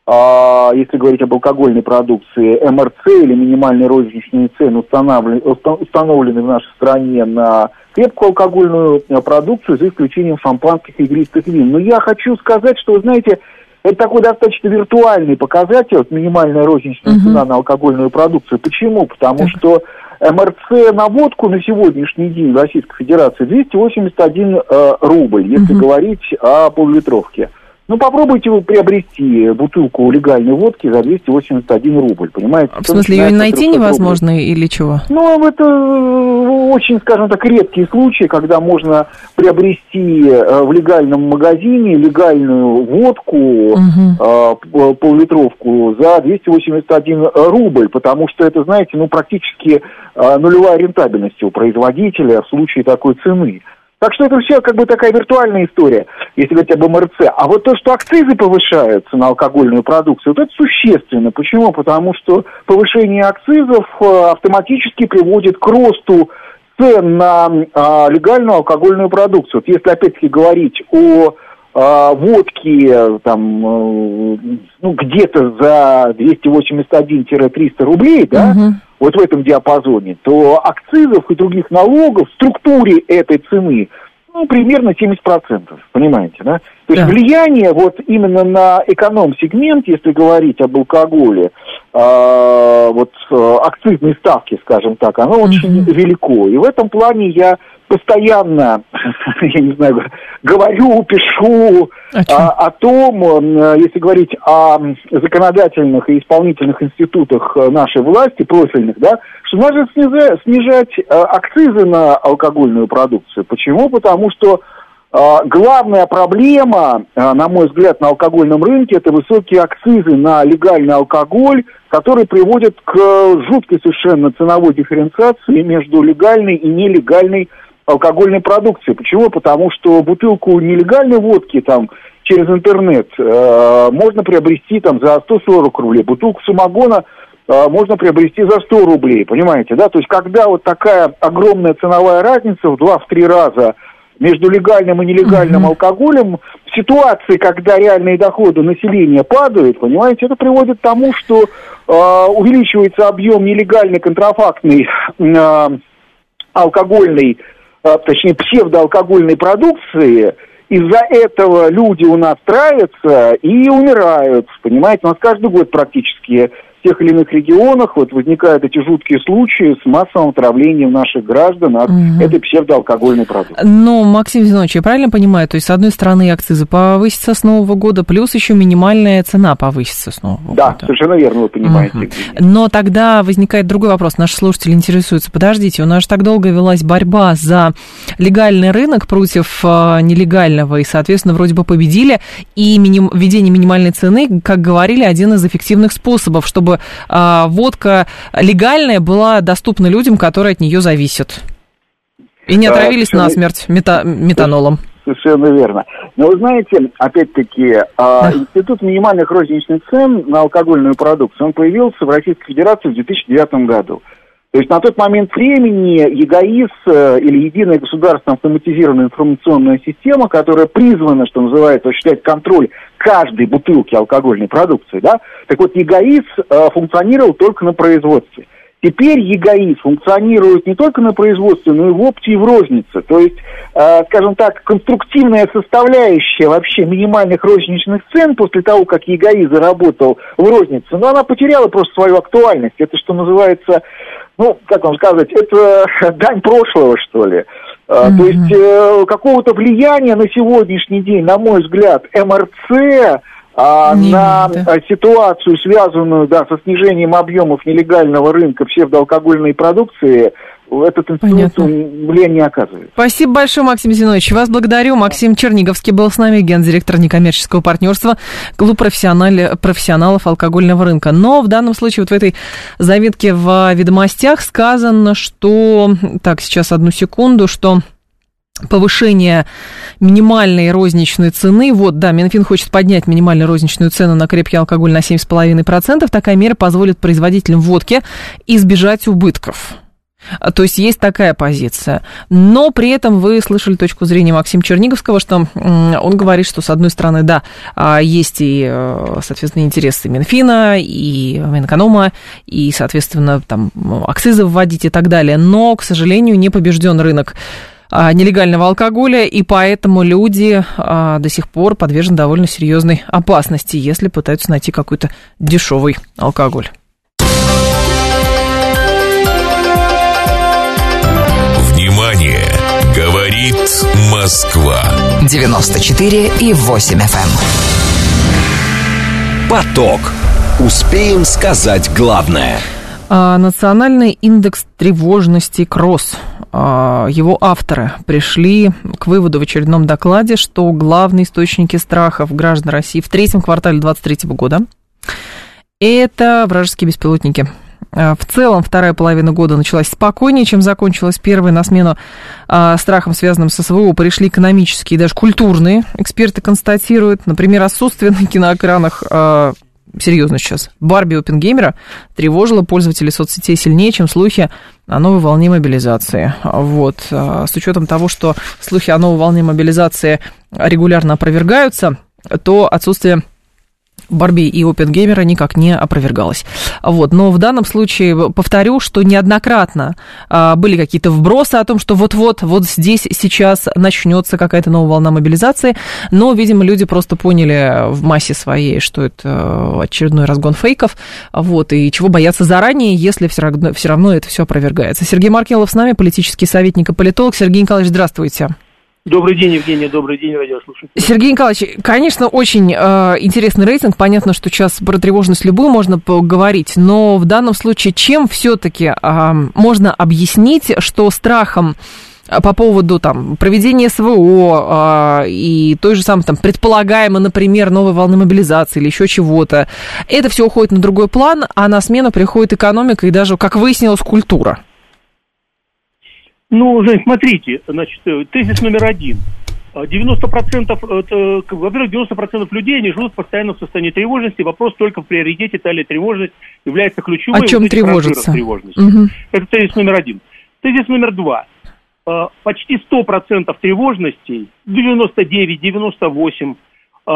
если говорить об алкогольной продукции, МРЦ или минимальные розничные цены установлены в нашей стране на крепкую алкогольную продукцию, за исключением шампанских и игристых вин. Но я хочу сказать, что, вы знаете, это такой достаточно виртуальный показатель, вот минимальная розничная цена на алкогольную продукцию. Почему? Потому что МРЦ на водку на сегодняшний день в Российской Федерации 281 рубль, если говорить о полулитровке. Ну, попробуйте вы приобрести бутылку легальной водки за 281 рубль, понимаете?
В смысле, ее найти невозможно рублей. Или чего?
Ну, это очень, скажем так, редкие случаи, когда можно приобрести в легальном магазине легальную водку, полулитровку за 281 рубль, потому что это, знаете, ну, практически нулевая рентабельность у производителя в случае такой цены. Так что это все как бы такая виртуальная история, если говорить об МРЦ. А вот то, что акцизы повышаются на алкогольную продукцию, вот это существенно. Почему? Потому что повышение акцизов автоматически приводит к росту цен на легальную алкогольную продукцию. Вот если опять-таки говорить о водке там, ну, где-то за 281-300 рублей, да, вот в этом диапазоне, то акцизов и других налогов в структуре этой цены, ну, примерно 70%, понимаете, да? То есть влияние вот именно на эконом-сегмент, если говорить об алкоголе, вот акцизной ставки, скажем так, оно очень велико. И в этом плане я постоянно, я не знаю, говорю, пишу о том, если говорить о законодательных и исполнительных институтах нашей власти, профильных, да, что нужно снижать акцизы на алкогольную продукцию. Почему? Потому что главная проблема, на мой взгляд, на алкогольном рынке — это высокие акцизы на легальный алкоголь, которые приводят к жуткой совершенно ценовой дифференциации между легальной и нелегальной алкогольной продукцией. Почему? Потому что бутылку нелегальной водки там через интернет можно приобрести там за 140 рублей, бутылку самогона можно приобрести за 100 рублей, понимаете, да? То есть когда вот такая огромная ценовая разница в 2-3 раза между легальным и нелегальным алкоголем, в ситуации, когда реальные доходы населения падают, понимаете, это приводит к тому, что увеличивается объем нелегальной контрафактной алкогольной, точнее псевдоалкогольной продукции. Из-за этого люди у нас травятся и умирают, понимаете, у нас каждый год практически в тех или иных регионах вот возникают эти жуткие случаи с массовым отравлением наших граждан от этой псевдоалкогольной продукции.
Но, Максим Зинович, я правильно понимаю, то есть, с одной стороны, акцизы повысятся с Нового года, плюс еще минимальная цена повысится с Нового года.
Да, совершенно верно, вы понимаете.
Но тогда возникает другой вопрос. Наши слушатели интересуются. Подождите, у нас же так долго велась борьба за легальный рынок против нелегального, и, соответственно, вроде бы победили, и введение минимальной цены, как говорили, один из эффективных способов, чтобы водка легальная была доступна людям, которые от нее зависят. И не отравились насмерть метанолом.
Совершенно верно. Но вы знаете, опять-таки, институт минимальных розничных цен на алкогольную продукцию, он появился в Российской Федерации в 2009 году. То есть на тот момент времени ЕГАИС, или Единая государственная автоматизированная информационная система, которая призвана, что называется, осуществлять контроль каждой бутылки алкогольной продукции, да, так вот ЕГАИС функционировал только на производстве. Теперь ЕГАИС функционирует не только на производстве, но и в опте и в рознице. То есть, скажем так, конструктивная составляющая вообще минимальных розничных цен после того, как ЕГАИС заработал в рознице, но она потеряла просто свою актуальность. Это, что называется, ну, как вам сказать, это дань прошлого, что ли. То есть, какого-то влияния на сегодняшний день, на мой взгляд, МРЦ на ситуацию, связанную, да, со снижением объемов нелегального рынка псевдоалкогольной продукции, этот институт влияния не оказывает.
Спасибо большое, Максим Зинович. Вас благодарю. Максим Черниговский был с нами, гендиректор некоммерческого партнерства Клуб профессионалов алкогольного рынка. Но в данном случае вот в этой заметке в «Ведомостях» сказано, что... Так, сейчас одну секунду, что... Повышение минимальной розничной цены. Вот, да, Минфин хочет поднять минимальную розничную цену на крепкий алкоголь на 7,5%. Такая мера позволит производителям водки избежать убытков. То есть есть такая позиция. Но при этом вы слышали точку зрения Максима Черниговского, что он говорит, что, с одной стороны, да, есть и, соответственно, интересы Минфина, и Минэконома, и, соответственно, там, акцизы вводить и так далее. Но, к сожалению, не побежден рынок нелегального алкоголя, и поэтому люди до сих пор подвержены довольно серьезной опасности, если пытаются найти какой-то дешевый алкоголь.
Внимание! Говорит Москва.
94,8 FM.
Поток. Успеем сказать главное.
Национальный индекс тревожности КРОСС. Его авторы пришли к выводу в очередном докладе, что главные источники страхов граждан России в третьем квартале 2023 года – это вражеские беспилотники. В целом, вторая половина года началась спокойнее, чем закончилась первая. На смену страхам, связанным с СВО, пришли экономические и даже культурные. Эксперты констатируют, например, отсутствие на киноэкранах, серьезно сейчас, Барби Оппенгеймера тревожило пользователей соцсетей сильнее, чем слухи о новой волне мобилизации. Вот. С учетом того, что слухи о новой волне мобилизации регулярно опровергаются, то отсутствие Барби и Оппенгеймера никак не опровергалось. Вот. Но в данном случае повторю, что неоднократно были какие-то вбросы о том, что вот-вот, вот здесь сейчас начнется какая-то новая волна мобилизации, но, видимо, люди просто поняли в массе своей, что это очередной разгон фейков, вот, и чего бояться заранее, если все равно это все опровергается. Сергей Маркелов с нами, политический советник и политолог. Сергей Николаевич, здравствуйте.
Добрый день, Евгения, добрый день, радиослушатели.
Сергей Николаевич, конечно, очень интересный рейтинг. Понятно, что сейчас про тревожность любую можно поговорить, но в данном случае чем все-таки можно объяснить, что страхом по поводу там, проведения СВО и той же самой там, предполагаемой, например, новой волны мобилизации или еще чего-то, это все уходит на другой план, а на смену приходит экономика и даже, как выяснилось, культура?
Ну, смотрите, значит, тезис номер один. 90%, во-первых, 90% людей, они живут постоянно в состоянии тревожности. Вопрос только в приоритете, далее тревожность является ключевой.
О чем тревожиться?
Угу. Это тезис номер один. Тезис номер два. Почти 100% тревожностей, 99-98%,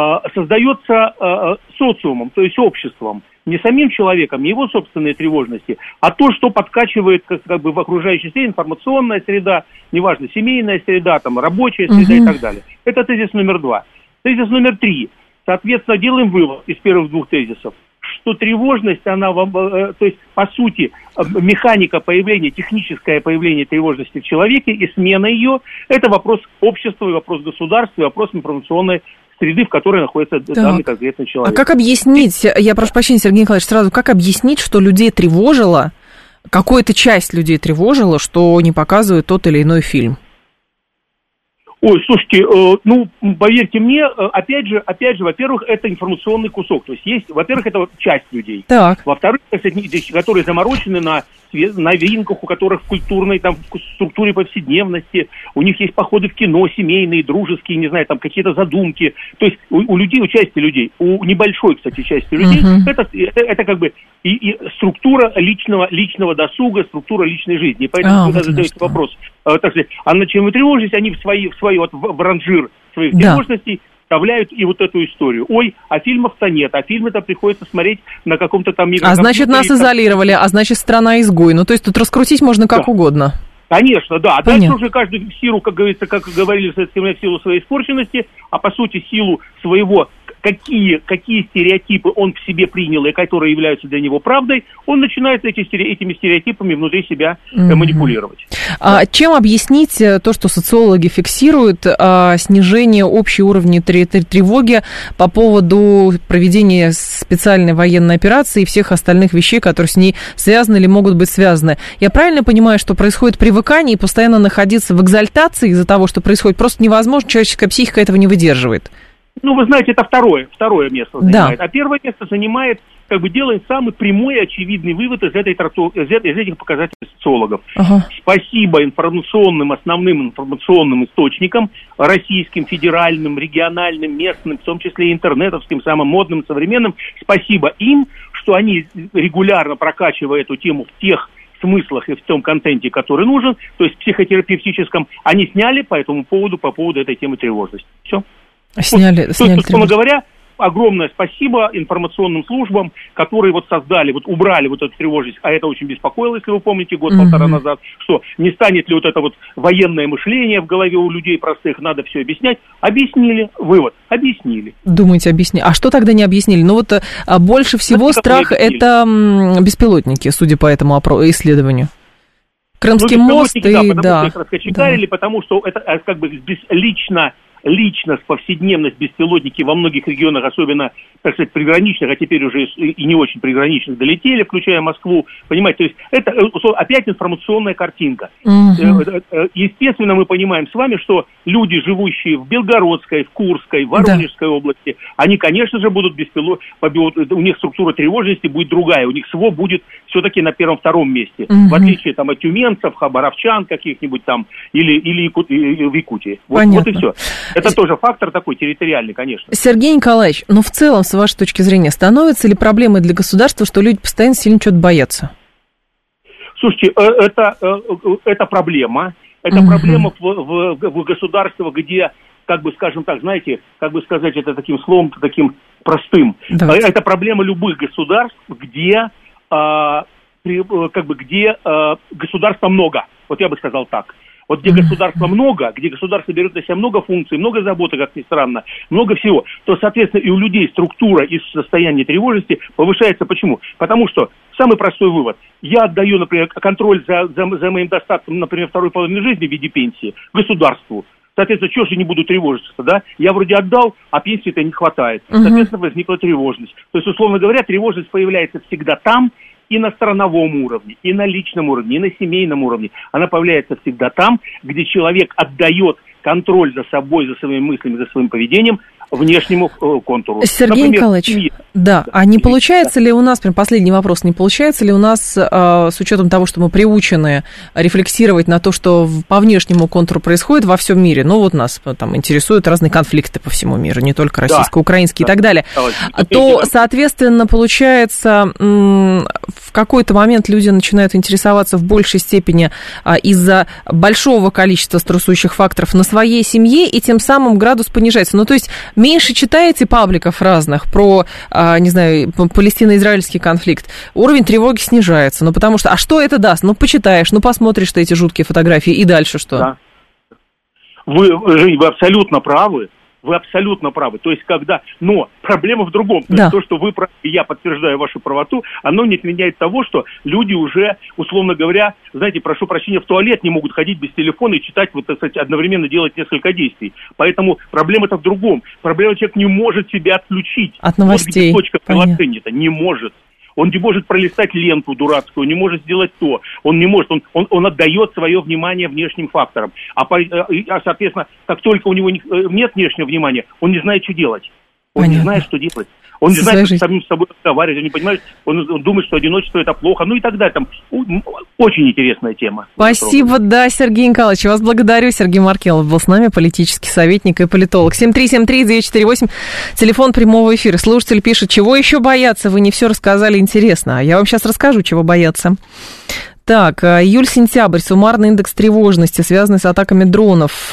создается социумом, то есть обществом. Не самим человеком, не его собственные тревожности, а то, что подкачивает как бы в окружающей среде, информационная среда, неважно, семейная среда, там, рабочая среда и так далее. Это тезис номер два. Тезис номер три. Соответственно, делаем вывод из первых двух тезисов, что тревожность, она, то есть, по сути, механика появления, техническое появление тревожности в человеке и смена ее, это вопрос общества, вопрос государства, вопрос информационной среды, в которой находится данный конкретный человек.
А как объяснить, я прошу прощения, Сергей Николаевич, сразу, как объяснить, что людей тревожило, какую-то часть людей тревожило, что не показывают тот или иной фильм?
Ой, слушайте, поверьте мне, опять же, во-первых, это информационный кусок. То есть, во-первых, это часть людей. Так. Во-вторых, это которые заморочены на новинках, у которых в культурной, там, в структуре повседневности, у них есть походы в кино, семейные, дружеские, не знаю, там, какие-то задумки. То есть, у людей, у части людей, у небольшой, кстати, части людей, это как бы и структура личного досуга, структура личной жизни. И поэтому, когда задаете вопрос, так сказать, а над чем вы тревожитесь, они в свой вот в ранжир своих тревожностей вставляют и вот эту историю. Ой, а фильмов-то нет, а фильмы-то приходится смотреть на каком-то там...
А значит, нас изолировали, а значит, страна-изгой. Ну, то есть тут раскрутить можно как угодно.
Конечно, да. А дальше уже каждый в силу, как говорится, как говорили в советское время, в силу своей испорченности, а по сути, в силу своего... Какие стереотипы он в себе принял и которые являются для него правдой, он начинает этими стереотипами внутри себя манипулировать.
Чем объяснить то, что социологи фиксируют снижение общей уровня тревоги по поводу проведения специальной военной операции и всех остальных вещей, которые с ней связаны или могут быть связаны? Я правильно понимаю, что происходит привыкание и постоянно находиться в экзальтации из-за того, что происходит, просто невозможно, человеческая психика этого не выдерживает?
Ну, вы знаете, это второе место занимает. Да. А первое место занимает, как бы делает самый прямой и очевидный вывод из этих показателей социологов. Спасибо основным информационным источникам, российским, федеральным, региональным, местным, в том числе и интернетовским, самым модным, современным. Спасибо им, что они регулярно, прокачивая эту тему в тех смыслах и в том контенте, который нужен, то есть психотерапевтическом, они сняли по поводу этой темы тревожности. Все.
Сняли
условно говоря, огромное спасибо информационным службам, которые убрали эту тревожность, а это очень беспокоило, если вы помните, год-полтора назад, что не станет ли это военное мышление в голове у людей простых, надо все объяснять. Объяснили, вывод, объяснили.
Думаете, объяснили? А что тогда не объяснили? Больше всего страх это беспилотники, судя по этому исследованию. Крымский мост
потому что их раскочегарили, потому что это личность, повседневность, беспилотники во многих регионах, особенно, так сказать, приграничных, а теперь уже и не очень приграничных, долетели, включая Москву, понимаете, то есть это опять информационная картинка. Естественно, мы понимаем с вами, что люди, живущие в Белгородской, в Курской, в Воронежской области, они, конечно же, будут у них структура тревожности будет другая, у них СВО будет все-таки на первом-втором месте, в отличие от тюменцев, хабаровчан каких-нибудь там или в Якутии. Вот и все. Это тоже фактор такой территориальный, конечно.
Сергей Николаевич, в целом, с вашей точки зрения, становится ли проблемой для государства, что люди постоянно сильно что-то боятся?
Слушайте, это проблема. Это проблема в государствах, где, скажем так, знаете, сказать это таким словом, таким простым. Давайте. Это проблема любых государств, где государства много. Вот я бы сказал так. Вот где государства много, где государство берет на себя много функций, много заботы, как ни странно, много всего, то, соответственно, и у людей структура и состояние тревожности повышается. Почему? Потому что самый простой вывод. Я отдаю, например, контроль за моим достатком, например, второй половины жизни в виде пенсии государству. Соответственно, чего же не буду тревожиться, да? Я вроде отдал, а пенсии-то не хватает. Соответственно, возникла тревожность. То есть, условно говоря, тревожность появляется всегда там, и на страновом уровне, и на личном уровне, и на семейном уровне. Она появляется всегда там, где человек отдает контроль за собой, за своими мыслями, за своим поведением внешнему контуру.
Сергей Николаевич, а не получается ли у нас, прям последний вопрос, не получается ли у нас, с учетом того, что мы приучены рефлексировать на то, что по внешнему контуру происходит во всем мире, нас там интересуют разные конфликты по всему миру, не только российско-украинские и так далее, то, соответственно, получается, в какой-то момент люди начинают интересоваться в большей степени из-за большого количества стрессующих факторов на своей семье, и тем самым градус понижается. То есть меньше читаете пабликов разных про, палестино-израильский конфликт, уровень тревоги снижается. Потому что, а что это даст? Почитаешь, посмотришь эти жуткие фотографии, и дальше что?
Да. Жень, вы абсолютно правы. Вы абсолютно правы. То есть, но проблема в другом. То есть, то, что вы правы, и я подтверждаю вашу правоту, оно не отменяет того, что люди уже, условно говоря, знаете, прошу прощения, в туалет не могут ходить без телефона и читать, одновременно делать несколько действий. Поэтому проблема-то в другом. Проблема, человек не может себя отключить.
От новостей.
Вот где точка приложения-то не может. Он не может пролистать ленту дурацкую, не может сделать то. Он не может, он отдает свое внимание внешним факторам. Соответственно, как только у него нет внешнего внимания, он не знает, что делать. Он не знает, что делать. Он не знает, как самим собой разговаривать, он не понимает, он думает, что одиночество это плохо, и так далее. Там очень интересная тема.
Спасибо, Сергей Николаевич, вас благодарю. Сергей Маркелов был с нами, политический советник и политолог. 7373948, телефон прямого эфира. Слушатель пишет, чего еще бояться, вы не все рассказали, интересно. Я вам сейчас расскажу, чего бояться. Так, июль-сентябрь, суммарный индекс тревожности, связанный с атаками дронов,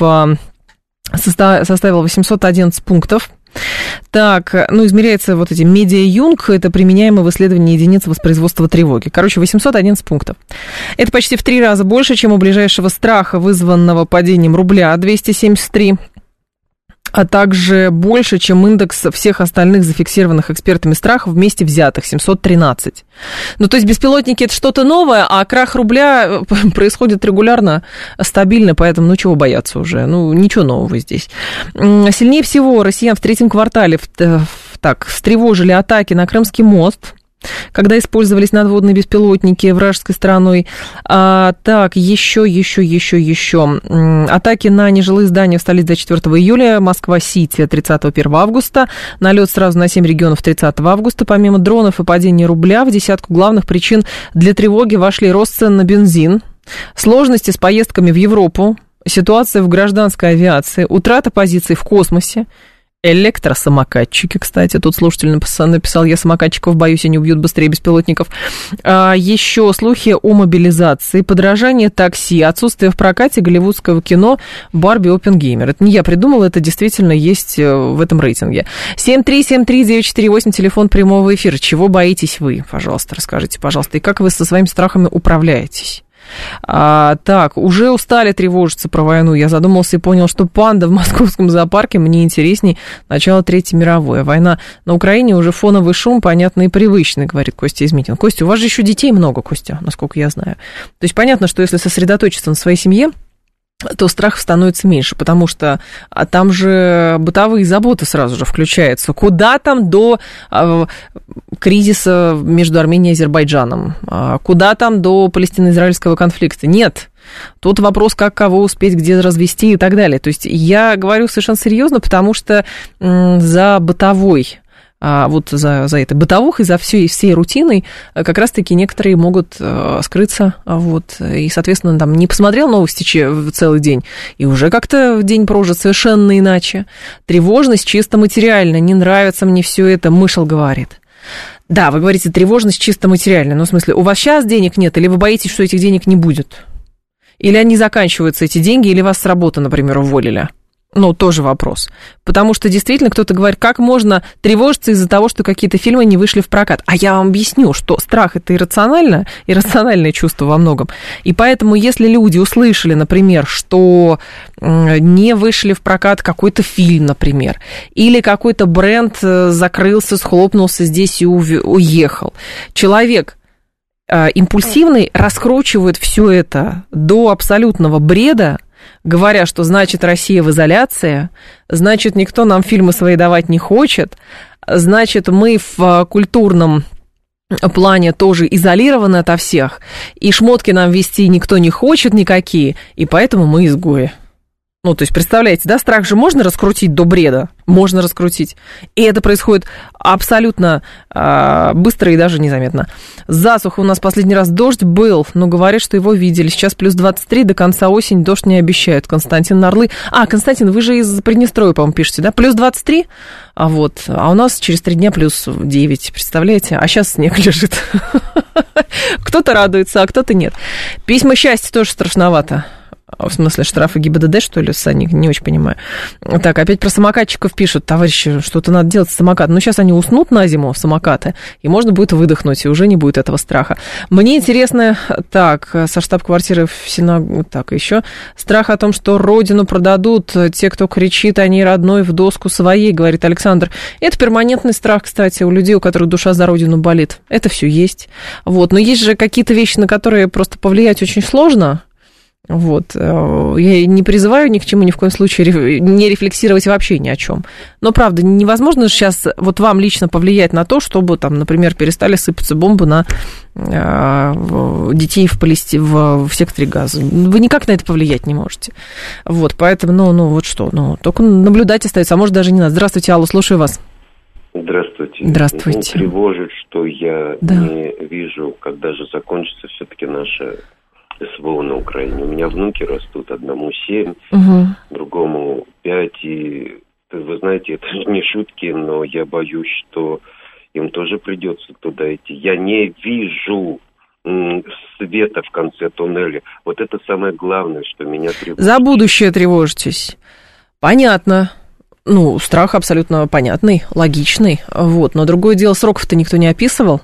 составил 811 пунктов. Так, измеряется этим медиа-юнг, это применяемое в исследовании единицы воспроизводства тревоги. 811 пунктов. Это почти в 3 раза больше, чем у ближайшего страха, вызванного падением рубля, 273. А также больше, чем индекс всех остальных зафиксированных экспертами страхов вместе взятых, 713. То есть беспилотники – это что-то новое, а крах рубля происходит регулярно, стабильно, поэтому, чего бояться уже? Ничего нового здесь. Сильнее всего россиян в 3-м квартале встревожили атаки на Крымский мост, когда использовались надводные беспилотники вражеской стороной. Еще. Атаки на нежилые здания в столице до 4 июля, Москва-Сити 31 августа, налет сразу на 7 регионов 30 августа. Помимо дронов и падения рубля, в десятку главных причин для тревоги вошли рост цен на бензин, сложности с поездками в Европу, ситуация в гражданской авиации, утрата позиций в космосе, Электросамокатчики, кстати. Тут слушатель написал: я самокатчиков боюсь, они убьют быстрее беспилотников. Еще слухи о мобилизации, подорожание такси, отсутствие в прокате голливудского кино «Барби Оппенгеймер». Это не я придумала, это действительно есть в этом рейтинге. 7373948, телефон прямого эфира. Чего боитесь вы? Пожалуйста, расскажите, пожалуйста. И как вы со своими страхами управляетесь? Так, уже устали тревожиться про войну. Я задумался и понял, что панда в московском зоопарке мне интересней начала Третьей мировой. Война на Украине уже фоновый шум, понятный и привычный, говорит Костя Измитин. Костя, у вас же еще детей много, Костя, насколько я знаю. То есть понятно, что если сосредоточиться на своей семье, то страх становится меньше, потому что там же бытовые заботы сразу же включаются. Куда там до кризиса между Арменией и Азербайджаном? Куда там до палестино-израильского конфликта? Нет. Тут вопрос, как кого успеть, где развести и так далее. То есть я говорю совершенно серьезно, потому что за бытовой... вот за этой бытовухой, за всей рутиной как раз-таки некоторые могут скрыться, вот, и, соответственно, там не посмотрел новости целый день, и уже как-то день прожит совершенно иначе. Тревожность чисто материальная, не нравится мне все это, Мышел говорит. Да, вы говорите, тревожность чисто материальная, но в смысле, у вас сейчас денег нет, или вы боитесь, что этих денег не будет? Или они заканчиваются, эти деньги, или вас с работы, например, уволили? Ну, тоже вопрос. Потому что действительно кто-то говорит, как можно тревожиться из-за того, что какие-то фильмы не вышли в прокат. А я вам объясню, что страх – это иррациональное чувство во многом. И поэтому, если люди услышали, например, что не вышли в прокат какой-то фильм, например, или какой-то бренд закрылся, схлопнулся здесь и уехал, человек импульсивный раскручивает все это до абсолютного бреда, говоря, что значит Россия в изоляции, значит никто нам фильмы свои давать не хочет, значит мы в культурном плане тоже изолированы ото всех, и шмотки нам вести никто не хочет никакие, и поэтому мы изгои. Ну, то есть, представляете, да, страх же можно раскрутить до бреда, можно раскрутить, и это происходит абсолютно быстро и даже незаметно. Засуха у нас последний раз дождь был, но говорят, что его видели. Сейчас плюс 23, до конца осени дождь не обещают. Константин Нарлы. Константин, вы же из Приднестровья, по-моему, пишете, да? Плюс 23? А у нас через 3 дня плюс 9, представляете? А сейчас снег лежит. Кто-то радуется, а кто-то нет. Письма счастья тоже страшновато. В смысле, штрафы ГИБДД, что ли, Саня? Не очень понимаю. Так, опять про самокатчиков пишут. Товарищи, что-то надо делать с самокатом. Ну, сейчас они уснут на зиму, самокаты, и можно будет выдохнуть, и уже не будет этого страха. Мне интересно, так, со штаб-квартиры в Синагоге, так, еще страх о том, что родину продадут те, кто кричит о ней родной в доску своей, говорит Александр. Это перманентный страх, кстати, у людей, у которых душа за родину болит. Это все есть. Вот, но есть же какие-то вещи, на которые просто повлиять очень сложно. Вот. Я не призываю ни к чему, ни в коем случае не рефлексировать вообще ни о чем. Но, правда, невозможно сейчас вот вам лично повлиять на то, чтобы, там, например, перестали сыпаться бомбы на детей в секторе Газа. Вы никак на это повлиять не можете. Вот, поэтому, вот что, только наблюдать остается, а может, даже не надо. Здравствуйте, алло, слушаю вас.
Здравствуйте.
Здравствуйте.
Тревожит, что я не вижу, когда же закончится все-таки наша СВО на Украине. У меня внуки растут, одному 7, другому 5, и вы знаете, это не шутки, но я боюсь, что им тоже придется туда идти. Я не вижу света в конце туннеля. Вот это самое главное, что меня тревожит.
За будущее тревожитесь. Понятно. Страх абсолютно понятный, логичный. Вот. Но другое дело, сроков-то никто не описывал.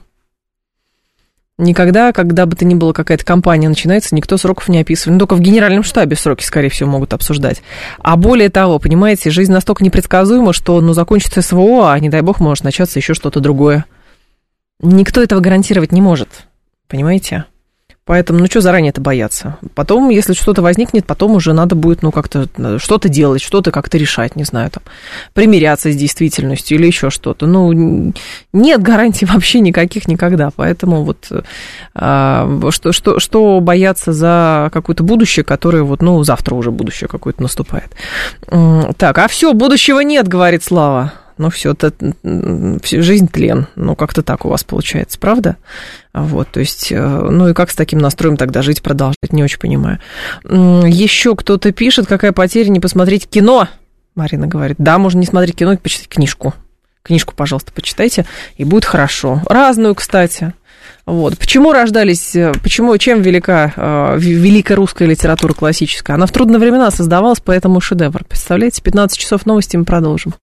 Никогда, когда бы то ни было какая-то кампания начинается, никто сроков не описывает. Только в генеральном штабе сроки, скорее всего, могут обсуждать. А более того, понимаете, жизнь настолько непредсказуема, что, закончится СВО, а, не дай бог, может начаться еще что-то другое. Никто этого гарантировать не может, понимаете? Поэтому, что заранее-то бояться? Потом, если что-то возникнет, потом уже надо будет, как-то что-то делать, что-то как-то решать, не знаю, там, примиряться с действительностью или еще что-то. Нет гарантий вообще никаких никогда. Поэтому что бояться за какое-то будущее, которое завтра уже будущее какое-то наступает. Так, все, будущего нет, говорит Слава. Все, жизнь тлен. Как-то так у вас получается, правда? Вот, то есть, и как с таким настроем тогда жить, продолжать, не очень понимаю. Еще кто-то пишет, какая потеря не посмотреть кино. Марина говорит. Да, можно не смотреть кино и почитать книжку. Книжку, пожалуйста, почитайте, и будет хорошо. Разную, кстати. Вот. Почему чем велика русская литература классическая? Она в трудные времена создавалась, поэтому шедевр. Представляете, 15 часов новости мы продолжим.